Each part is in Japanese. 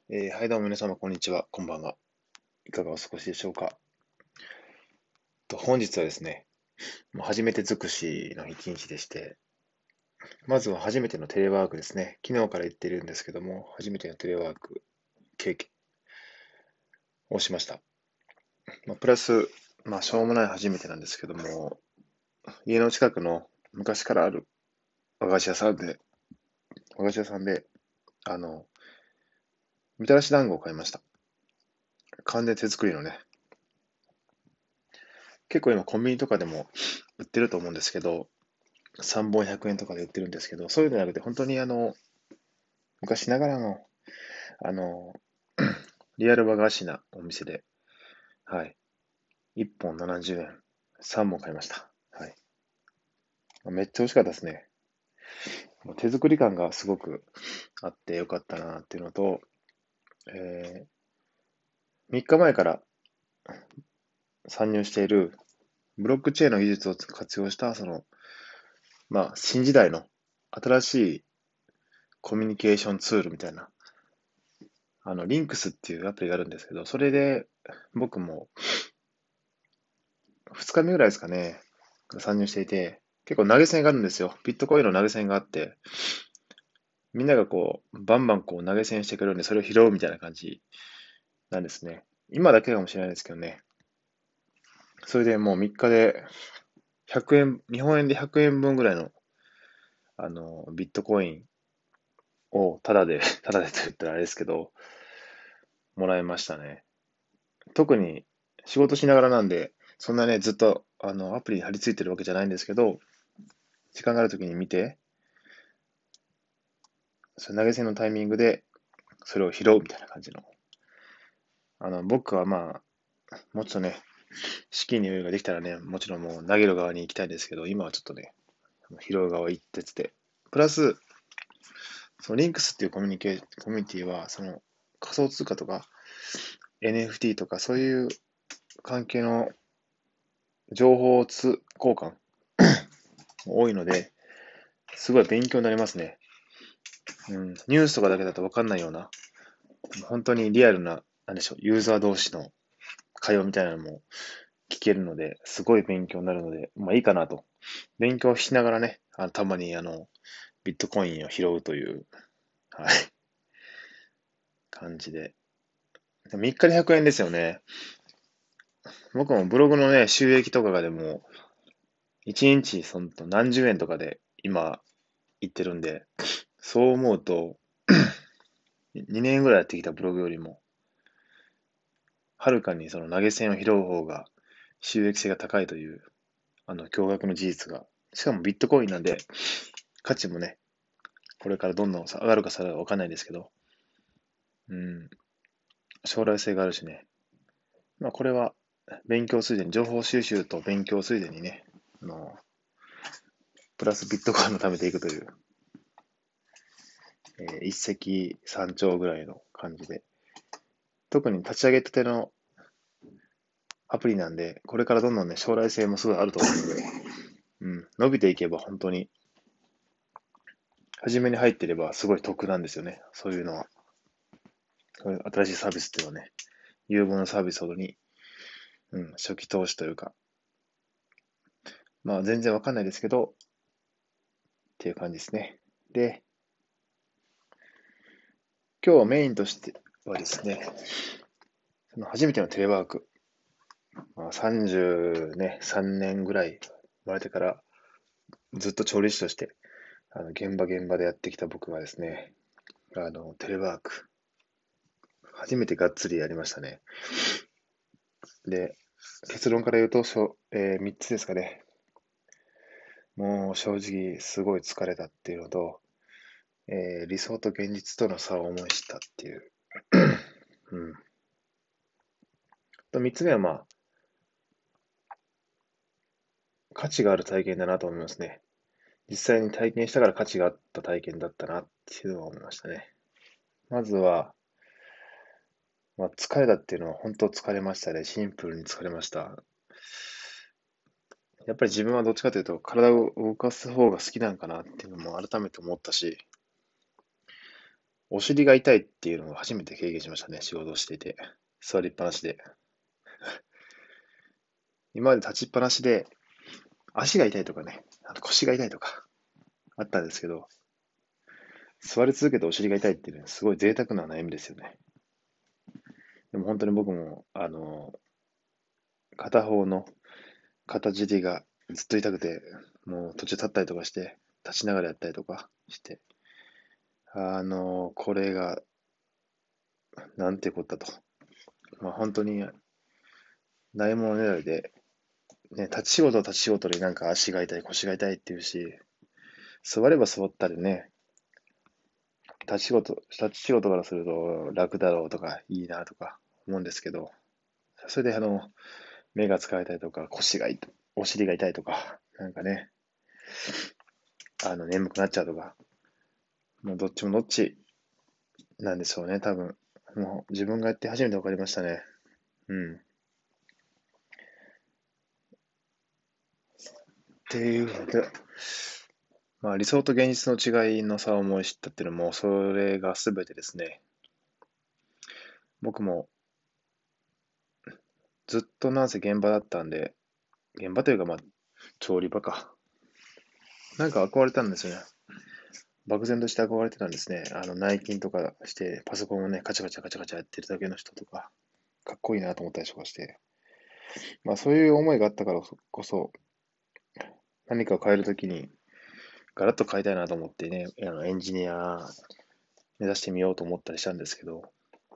はい、どうも皆様、こんにちは。こんばんは。いかがお過ごしでしょうか。本日はですね、初めて尽くしの一日でして、まずは初めてのテレワークですね。昨日から言ってるんですけども、初めてのテレワーク経験をしました。プラス、しょうもない初めてなんですけども、家の近くの昔からある和菓子屋さんで、あの、みたらし団子を買いました。完全手作りのね。結構今コンビニとかでも売ってると思うんですけど、3本100円とかで売ってるんですけど、そういうのじゃなくて、本当に昔ながらの、あの、リアル和菓子なお店で、はい。1本70円、3本買いました。はい。めっちゃ美味しかったですね。手作り感がすごくあってよかったなっていうのと、3日前から参入しているブロックチェーンの技術を活用した、新時代の新しいコミュニケーションツールみたいな、リンクスっていうアプリがあるんですけど、それで僕も2日目ぐらいですかね、参入していて、結構投げ銭があるんですよ。ビットコインの投げ銭があって、みんながバンバン投げ銭してくれるんで、それを拾うみたいな感じなんですね。今だけかもしれないですけどね。それでもう3日で100円、日本円で100円分ぐらいの、ビットコインをタダで、タダでと言ったらあれですけど、もらいましたね。特に仕事しながらなんで、そんなね、ずっと、アプリに貼り付いてるわけじゃないんですけど、時間があるときに見て、その投げ銭のタイミングでそれを拾うみたいな感じの。僕はもうちょっとね、資金に余裕ができたらね、もちろんもう投げる側に行きたいんですけど、今はちょっとね、拾う側一徹で。プラス、そのリンクスっていうコミュニティは、その仮想通貨とか NFT とかそういう関係の情報交換多いので、すごい勉強になりますね。うん、ニュースとかだけだと分かんないような、本当にリアルな、なんでしょう、ユーザー同士の会話みたいなのも聞けるので、すごい勉強になるので、いいかなと。勉強しながらね、たまにビットコインを拾うという、はい、感じで。3日で100円ですよね。僕もブログのね、収益とかがでも、1日何十円とかで今言ってるんで、そう思うと、2年ぐらいやってきたブログよりも、はるかにその投げ銭を拾う方が収益性が高いという、驚愕の事実が。しかもビットコインなんで、価値もね、これからどんどん上がるか下がるかわかんないですけど、うん、将来性があるしね。これは勉強ついでに、情報収集と勉強ついでにね、あの、プラスビットコインも貯めていくという、一石三鳥ぐらいの感じで、特に立ち上げたてのアプリなんで、これからどんどんね、将来性もすごいあると思うので、伸びていけば本当に、初めに入ってればすごい得なんですよね。そういうのは。そういう新しいサービスっていうのはね、有望なサービスほどに、初期投資というか、全然わかんないですけど、っていう感じですね。で、今日はメインとしてはですね、その初めてのテレワーク、30ね、3年ぐらい生まれてからずっと調理師として、現場でやってきた僕がですね、テレワーク、初めてがっつりやりましたね。で、結論から言うと、3つですかね。もう正直すごい疲れたっていうのと、理想と現実との差を思い知ったっていう。うん。と3つ目は価値がある体験だなと思いますね。実際に体験したから価値があった体験だったなっていうのは思いましたね。まずは、疲れたっていうのは本当疲れましたね。シンプルに疲れました。やっぱり自分はどっちかというと体を動かす方が好きなんかなっていうのも改めて思ったし、 お尻が痛いっていうのを初めて経験しましたね、仕事をしていて。座りっぱなしで。今まで立ちっぱなしで、足が痛いとかね、あと腰が痛いとかあったんですけど、座り続けてお尻が痛いっていうのはすごい贅沢な悩みですよね。でも本当に僕も、片方の肩尻がずっと痛くて、もう途中立ったりとかして、立ちながらやったりとかして、これが、なんてこったと。まあ本当に、ないものねだりで、ね、立ち仕事でなんか足が痛い、腰が痛いっていうし、座れば座ったりね、立ち仕事からすると楽だろうとか、いいなとか思うんですけど、それで目が疲れたりとか、お尻が痛いとか、なんかね、眠くなっちゃうとか、もうどっちもどっちなんでしょうね、多分。もう自分がやって初めて分かりましたね。うん。っていうので、まあ理想と現実の違いの差を思い知ったっていうのも、それが全てですね。僕もずっとなんせ現場だったんで、現場というかまあ、調理場か。なんか憧れたんですよね。漠然として憧れてたんですね。内勤とかして、パソコンをね、カチャカチャカチャカチャやってるだけの人とか、かっこいいなと思ったりとかして。まあそういう思いがあったからこそ、何かを変えるときに、ガラッと変えたいなと思ってね、エンジニア目指してみようと思ったりしたんですけど、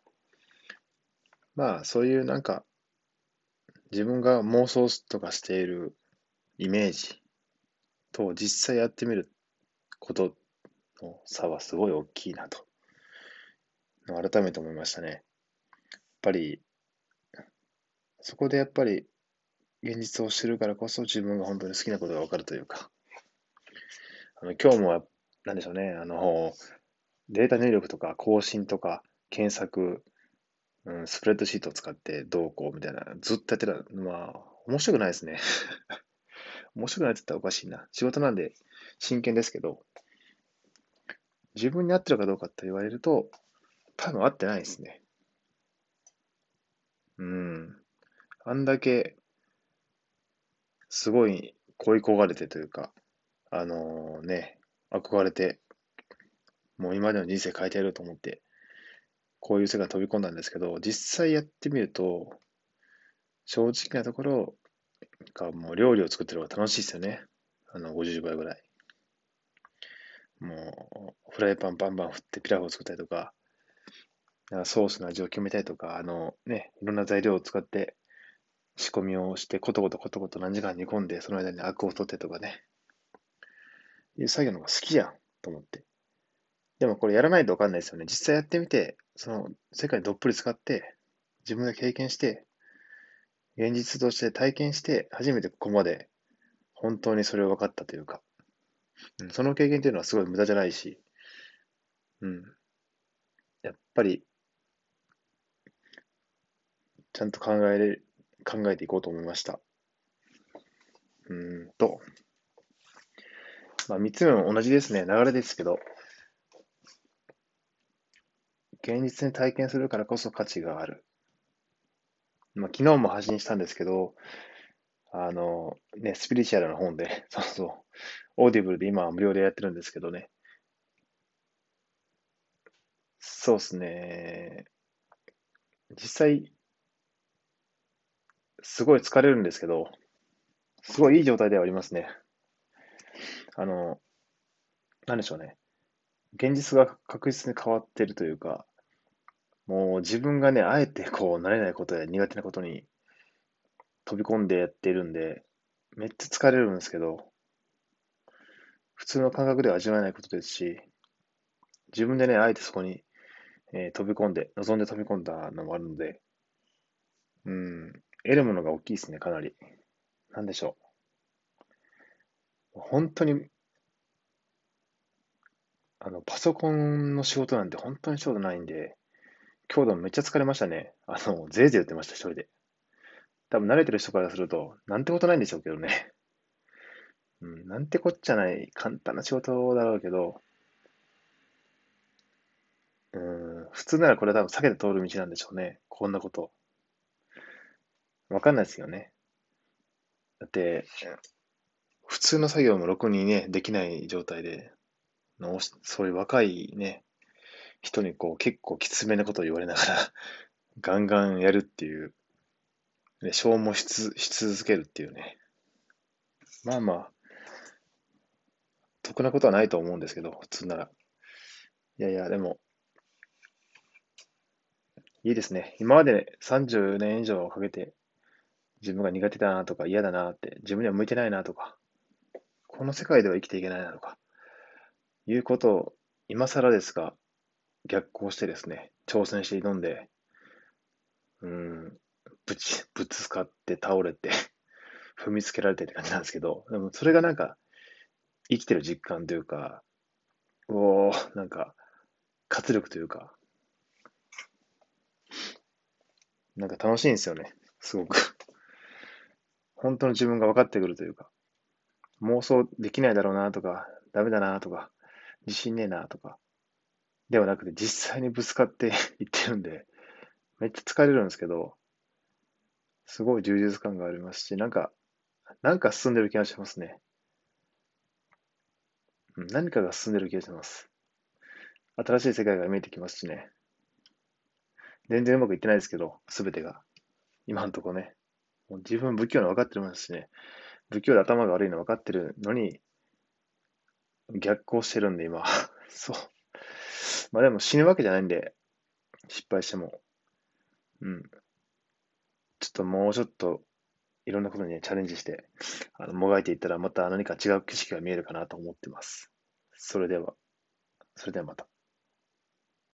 まあそういうなんか、自分が妄想とかしているイメージと実際やってみることの差はすごい大きいなと、改めて思いましたね。やっぱり、そこでやっぱり現実を知るからこそ自分が本当に好きなことがわかるというか、今日も、なんでしょうね、データ入力とか更新とか検索、スプレッドシートを使ってどうこうみたいな、ずっとやってた。まあ、面白くないですね。面白くないって言ったらおかしいな。仕事なんで真剣ですけど、自分に合ってるかどうかって言われると、多分合ってないですね。うん。あんだけ、すごい恋焦がれてというか、憧れて、もう今までの人生変えてやろうと思って、こういう世界に飛び込んだんですけど、実際やってみると、正直なところもう料理を作ってる方が楽しいですよね。50倍ぐらい。もう、フライパンバンバン振ってピラフを作ったりとか、ソースの味を決めたりとか、いろんな材料を使って仕込みをして、コトコトコトコト何時間煮込んで、その間にアクを取ってとかね、いう作業の方が好きじゃんと思って。でもこれやらないとわかんないですよね。実際やってみて、その世界どっぷり使って、自分が経験して、現実として体験して、初めてここまで本当にそれを分かったというか、その経験っていうのはすごい無駄じゃないし、うん、やっぱりちゃんと考えていこうと思いました。うーんと、まあ、3つ目も同じですね。流れですけど、現実に体験するからこそ価値がある。まあ、昨日も発信したんですけど、スピリチュアルな本で、そうそう、オーディブルで今は無料でやってるんですけどね、そうですね、実際、すごい疲れるんですけど、すごいいい状態ではありますね。あの、なんでしょうね。現実が確実に変わってるというか、もう自分がね、あえてこう、慣れないことや苦手なことに飛び込んでやってるんで、めっちゃ疲れるんですけど、普通の感覚では味わえないことですし、自分でね、あえてそこに、飛び込んで、望んで飛び込んだのもあるので、うん、得るものが大きいですね、かなり。なんでしょう。本当に、パソコンの仕事なんて本当にしたことないんで、今日でもめっちゃ疲れましたね。ぜいぜい言ってました、一人で。多分慣れてる人からすると、なんてことないんでしょうけどね。うん、なんてこっちゃない、簡単な仕事だろうけど、 普通ならこれ多分避けて通る道なんでしょうね。こんなこと。わかんないですよね。だって、普通の作業もろくにね、できない状態で、そういう若いね、人にこう結構きつめなことを言われながらガンガンやるっていう、ね、消耗し続けるっていうね。まあまあ、得なことはないと思うんですけど、普通なら。いやいや、でも、いいですね。今まで30年以上かけて自分が苦手だなとか嫌だなって、自分には向いてないなとか、この世界では生きていけないなとか、いうことを今更ですが逆行してですね、挑戦して挑んで、うーん、ぶつかって倒れて踏みつけられてって感じなんですけど、でもそれがなんか生きてる実感というか、なんか活力というか、なんか楽しいんですよね。すごく。本当の自分が分かってくるというか、妄想できないだろうなとか、ダメだなとか、自信ねえなとか、ではなくて実際にぶつかっていってるんで、めっちゃ疲れるんですけど、すごい充実感がありますし、なんか進んでる気がしますね。うん、何かが進んでる気がします。新しい世界が見えてきますしね。全然うまくいってないですけど、すべてが。今のところね。もう自分不器用なの分かってますしね。不器用で頭が悪いの分かってるのに、逆行してるんで、今。そう。まあでも死ぬわけじゃないんで、失敗しても。うん。ちょっともうちょっと、いろんなことにね、チャレンジして、もがいていったら、また何か違う景色が見えるかなと思ってます。それでは、それではまた。